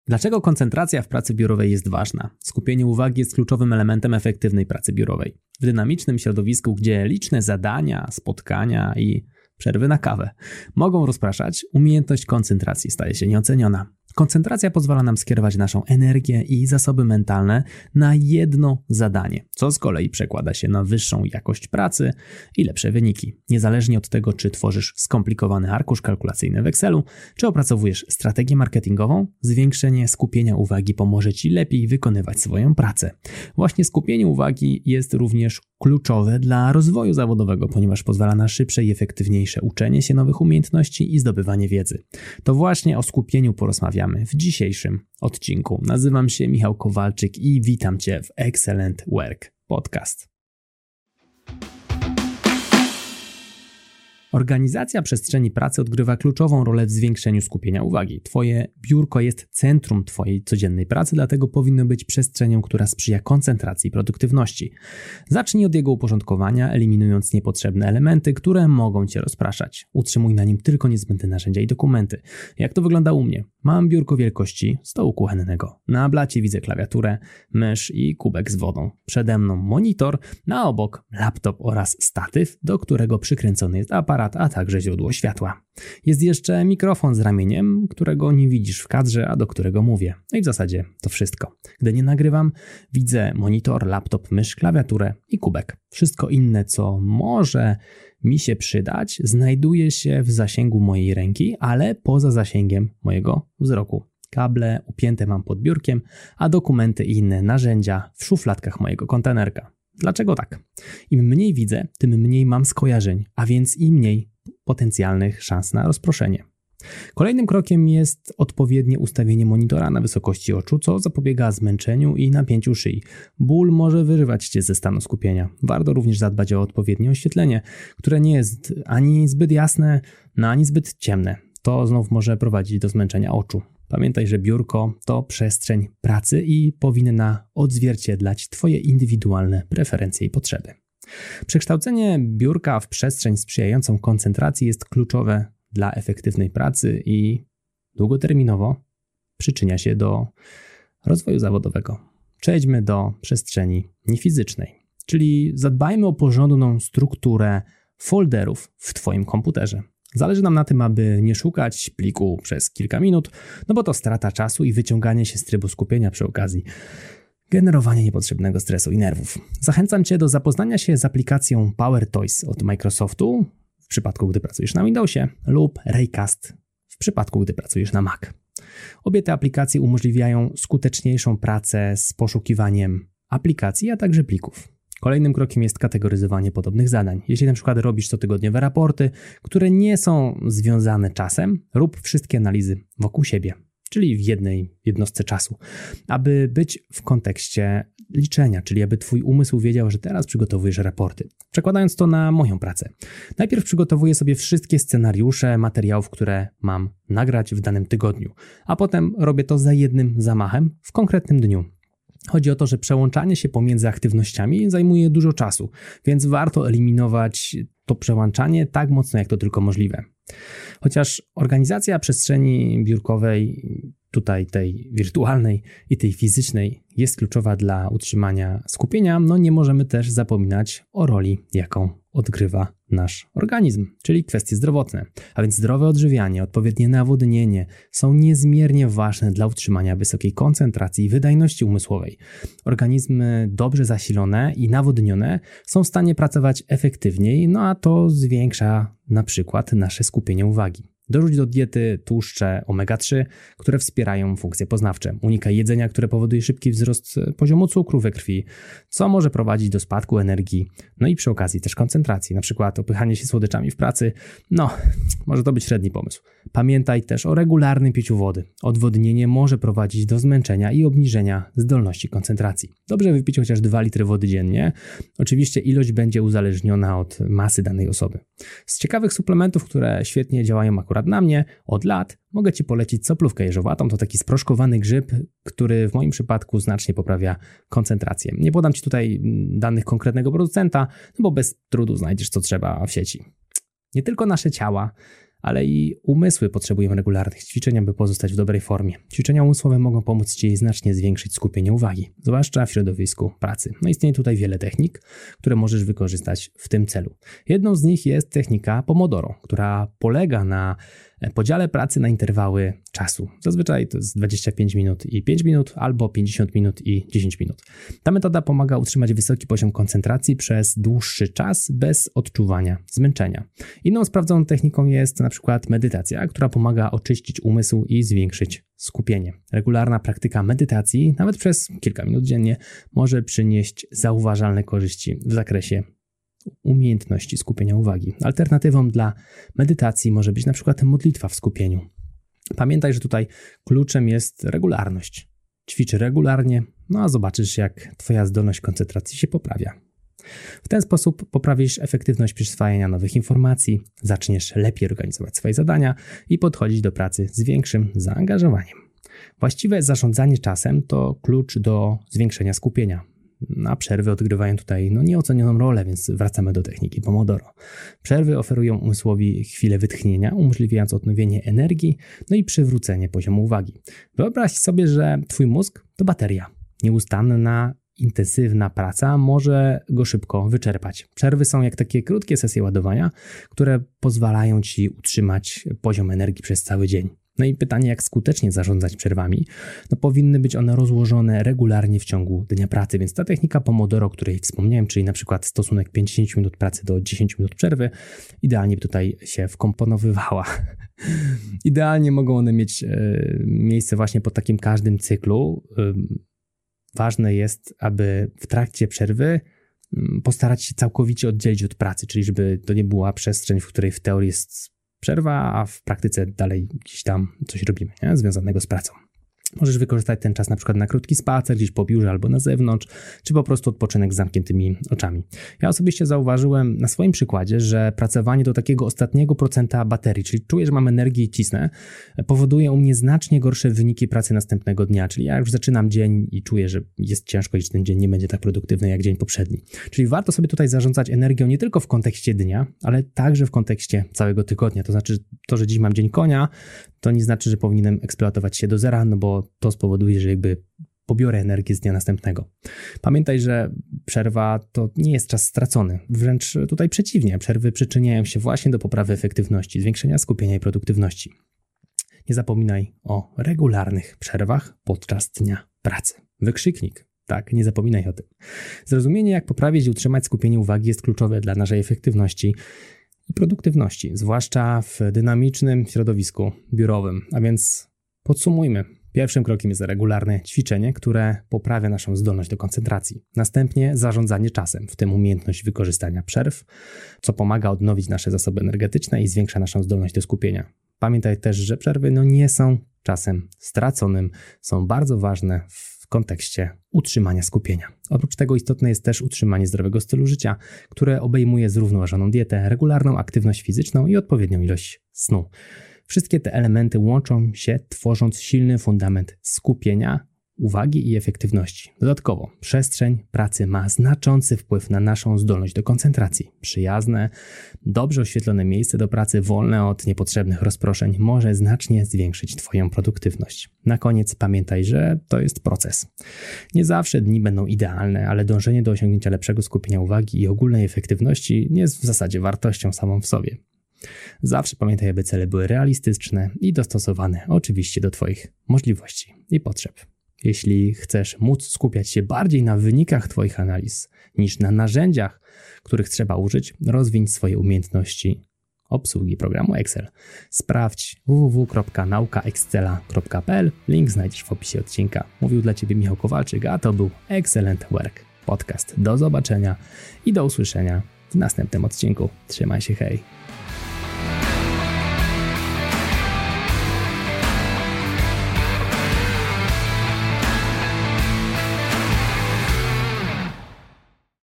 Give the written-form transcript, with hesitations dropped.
Dlaczego koncentracja w pracy biurowej jest ważna? Skupienie uwagi jest kluczowym elementem efektywnej pracy biurowej. W dynamicznym środowisku, gdzie liczne zadania, spotkania i przerwy na kawę mogą rozpraszać, umiejętność koncentracji staje się nieoceniona. Koncentracja pozwala nam skierować naszą energię i zasoby mentalne na jedno zadanie, co z kolei przekłada się na wyższą jakość pracy i lepsze wyniki. Niezależnie od tego, czy tworzysz skomplikowany arkusz kalkulacyjny w Excelu, czy opracowujesz strategię marketingową, zwiększenie skupienia uwagi pomoże Ci lepiej wykonywać swoją pracę. Właśnie skupienie uwagi jest również kluczowe dla rozwoju zawodowego, ponieważ pozwala na szybsze i efektywniejsze uczenie się nowych umiejętności i zdobywanie wiedzy. To właśnie o skupieniu porozmawiamy w dzisiejszym odcinku. Nazywam się Michał Kowalczyk i witam Cię w Excellent Work Podcast. Organizacja przestrzeni pracy odgrywa kluczową rolę w zwiększeniu skupienia uwagi. Twoje biurko jest centrum Twojej codziennej pracy, dlatego powinno być przestrzenią, która sprzyja koncentracji i produktywności. Zacznij od jego uporządkowania, eliminując niepotrzebne elementy, które mogą Cię rozpraszać. Utrzymuj na nim tylko niezbędne narzędzia i dokumenty. Jak to wygląda u mnie? Mam biurko wielkości stołu kuchennego. Na blacie widzę klawiaturę, mysz i kubek z wodą. Przede mną monitor, a obok laptop oraz statyw, do którego przykręcony jest aparat, a także źródło światła. Jest jeszcze mikrofon z ramieniem, którego nie widzisz w kadrze, a do którego mówię. No i w zasadzie to wszystko. Gdy nie nagrywam, widzę monitor, laptop, mysz, klawiaturę i kubek. Wszystko inne, co może mi się przydać, znajduje się w zasięgu mojej ręki, ale poza zasięgiem mojego wzroku. Kable upięte mam pod biurkiem, a dokumenty i inne narzędzia w szufladkach mojego kontenerka. Dlaczego tak? Im mniej widzę, tym mniej mam skojarzeń, a więc i mniej potencjalnych szans na rozproszenie. Kolejnym krokiem jest odpowiednie ustawienie monitora na wysokości oczu, co zapobiega zmęczeniu i napięciu szyi. Ból może wyrywać Cię ze stanu skupienia. Warto również zadbać o odpowiednie oświetlenie, które nie jest ani zbyt jasne, ani zbyt ciemne. To znów może prowadzić do zmęczenia oczu. Pamiętaj, że biurko to przestrzeń pracy i powinna odzwierciedlać Twoje indywidualne preferencje i potrzeby. Przekształcenie biurka w przestrzeń sprzyjającą koncentracji jest kluczowe dla efektywnej pracy i długoterminowo przyczynia się do rozwoju zawodowego. Przejdźmy do przestrzeni niefizycznej, czyli zadbajmy o porządną strukturę folderów w Twoim komputerze. Zależy nam na tym, aby nie szukać pliku przez kilka minut, bo to strata czasu i wyciąganie się z trybu skupienia przy okazji generowania niepotrzebnego stresu i nerwów. Zachęcam Cię do zapoznania się z aplikacją PowerToys od Microsoftu w przypadku, gdy pracujesz na Windowsie, lub Raycast w przypadku, gdy pracujesz na Mac. Obie te aplikacje umożliwiają skuteczniejszą pracę z poszukiwaniem aplikacji, a także plików. Kolejnym krokiem jest kategoryzowanie podobnych zadań. Jeśli na przykład robisz cotygodniowe raporty, które nie są związane czasem, rób wszystkie analizy wokół siebie, czyli w jednej jednostce czasu, aby być w kontekście liczenia, czyli aby Twój umysł wiedział, że teraz przygotowujesz raporty. Przekładając to na moją pracę. Najpierw przygotowuję sobie wszystkie scenariusze materiałów, które mam nagrać w danym tygodniu, a potem robię to za jednym zamachem w konkretnym dniu. Chodzi o to, że przełączanie się pomiędzy aktywnościami zajmuje dużo czasu, więc warto eliminować to przełączanie tak mocno, jak to tylko możliwe. Chociaż organizacja przestrzeni biurkowej, tutaj tej wirtualnej i tej fizycznej, jest kluczowa dla utrzymania skupienia, nie możemy też zapominać o roli, jaką odgrywa nasz organizm, czyli kwestie zdrowotne. A więc zdrowe odżywianie, odpowiednie nawodnienie są niezmiernie ważne dla utrzymania wysokiej koncentracji i wydajności umysłowej. Organizmy dobrze zasilone i nawodnione są w stanie pracować efektywniej, a to zwiększa na przykład nasze skupienie uwagi. Dorzuć do diety tłuszcze omega-3, które wspierają funkcje poznawcze. Unikaj jedzenia, które powoduje szybki wzrost poziomu cukru we krwi, co może prowadzić do spadku energii, i przy okazji też koncentracji. Na przykład opychanie się słodyczami w pracy, może to być średni pomysł. Pamiętaj też o regularnym piciu wody. Odwodnienie może prowadzić do zmęczenia i obniżenia zdolności koncentracji. Dobrze wypić chociaż 2 litry wody dziennie. Oczywiście ilość będzie uzależniona od masy danej osoby. Z ciekawych suplementów, które świetnie działają akurat na mnie od lat, mogę Ci polecić soplówkę jeżowatą. To taki sproszkowany grzyb, który w moim przypadku znacznie poprawia koncentrację. Nie podam Ci tutaj danych konkretnego producenta, bo bez trudu znajdziesz co trzeba w sieci. Nie tylko nasze ciała, ale i umysły potrzebują regularnych ćwiczeń, aby pozostać w dobrej formie. Ćwiczenia umysłowe mogą pomóc Ci znacznie zwiększyć skupienie uwagi, zwłaszcza w środowisku pracy. Istnieje tutaj wiele technik, które możesz wykorzystać w tym celu. Jedną z nich jest technika Pomodoro, która polega na podziale pracy na interwały czasu. Zazwyczaj to jest 25 minut i 5 minut albo 50 minut i 10 minut. Ta metoda pomaga utrzymać wysoki poziom koncentracji przez dłuższy czas bez odczuwania zmęczenia. Inną sprawdzoną techniką jest na przykład medytacja, która pomaga oczyścić umysł i zwiększyć skupienie. Regularna praktyka medytacji, nawet przez kilka minut dziennie, może przynieść zauważalne korzyści w zakresie umiejętności skupienia uwagi. Alternatywą dla medytacji może być na przykład modlitwa w skupieniu. Pamiętaj, że tutaj kluczem jest regularność. Ćwicz regularnie, a zobaczysz, jak Twoja zdolność koncentracji się poprawia. W ten sposób poprawisz efektywność przyswajania nowych informacji, zaczniesz lepiej organizować swoje zadania i podchodzić do pracy z większym zaangażowaniem. Właściwe zarządzanie czasem to klucz do zwiększenia skupienia. A przerwy odgrywają tutaj nieocenioną rolę, więc wracamy do techniki Pomodoro. Przerwy oferują umysłowi chwilę wytchnienia, umożliwiając odnowienie energii, i przywrócenie poziomu uwagi. Wyobraź sobie, że Twój mózg to bateria. Nieustanna, intensywna praca może go szybko wyczerpać. Przerwy są jak takie krótkie sesje ładowania, które pozwalają Ci utrzymać poziom energii przez cały dzień. I pytanie, jak skutecznie zarządzać przerwami? Powinny być one rozłożone regularnie w ciągu dnia pracy, więc ta technika Pomodoro, o której wspomniałem, czyli na przykład stosunek 50 minut pracy do 10 minut przerwy, idealnie by tutaj się wkomponowywała. Idealnie mogą one mieć miejsce właśnie po takim każdym cyklu. Ważne jest, aby w trakcie przerwy postarać się całkowicie oddzielić od pracy, czyli żeby to nie była przestrzeń, w której w teorii jest przerwa, a w praktyce dalej gdzieś tam coś robimy, związanego z pracą. Możesz wykorzystać ten czas na przykład na krótki spacer gdzieś po biurze albo na zewnątrz, czy po prostu odpoczynek z zamkniętymi oczami. Ja osobiście zauważyłem na swoim przykładzie, że pracowanie do takiego ostatniego procenta baterii, czyli czuję, że mam energię i cisnę, powoduje u mnie znacznie gorsze wyniki pracy następnego dnia, czyli ja już zaczynam dzień i czuję, że jest ciężko i że ten dzień nie będzie tak produktywny jak dzień poprzedni. Czyli warto sobie tutaj zarządzać energią nie tylko w kontekście dnia, ale także w kontekście całego tygodnia. To znaczy to, że dziś mam dzień konia, to nie znaczy, że powinienem eksploatować się do zera, bo to spowoduje, że pobiorę energię z dnia następnego. Pamiętaj, że przerwa to nie jest czas stracony. Wręcz tutaj przeciwnie, przerwy przyczyniają się właśnie do poprawy efektywności, zwiększenia skupienia i produktywności. Nie zapominaj o regularnych przerwach podczas dnia pracy. Wykrzyknik. Tak, nie zapominaj o tym. Zrozumienie, jak poprawić i utrzymać skupienie uwagi jest kluczowe dla naszej efektywności i produktywności, zwłaszcza w dynamicznym środowisku biurowym. A więc podsumujmy. Pierwszym krokiem jest regularne ćwiczenie, które poprawia naszą zdolność do koncentracji. Następnie zarządzanie czasem, w tym umiejętność wykorzystania przerw, co pomaga odnowić nasze zasoby energetyczne i zwiększa naszą zdolność do skupienia. Pamiętaj też, że przerwy nie są czasem straconym, są bardzo ważne w kontekście utrzymania skupienia. Oprócz tego istotne jest też utrzymanie zdrowego stylu życia, które obejmuje zrównoważoną dietę, regularną aktywność fizyczną i odpowiednią ilość snu. Wszystkie te elementy łączą się, tworząc silny fundament skupienia, uwagi i efektywności. Dodatkowo przestrzeń pracy ma znaczący wpływ na naszą zdolność do koncentracji. Przyjazne, dobrze oświetlone miejsce do pracy, wolne od niepotrzebnych rozproszeń może znacznie zwiększyć Twoją produktywność. Na koniec pamiętaj, że to jest proces. Nie zawsze dni będą idealne, ale dążenie do osiągnięcia lepszego skupienia uwagi i ogólnej efektywności nie jest w zasadzie wartością samą w sobie. Zawsze pamiętaj, aby cele były realistyczne i dostosowane oczywiście do Twoich możliwości i potrzeb. Jeśli chcesz móc skupiać się bardziej na wynikach Twoich analiz niż na narzędziach, których trzeba użyć, rozwiń swoje umiejętności obsługi programu Excel. Sprawdź www.naukaexcela.pl. Link znajdziesz w opisie odcinka. Mówił dla Ciebie Michał Kowalczyk, a to był Excellent Work Podcast. Do zobaczenia i do usłyszenia w następnym odcinku. Trzymaj się, hej!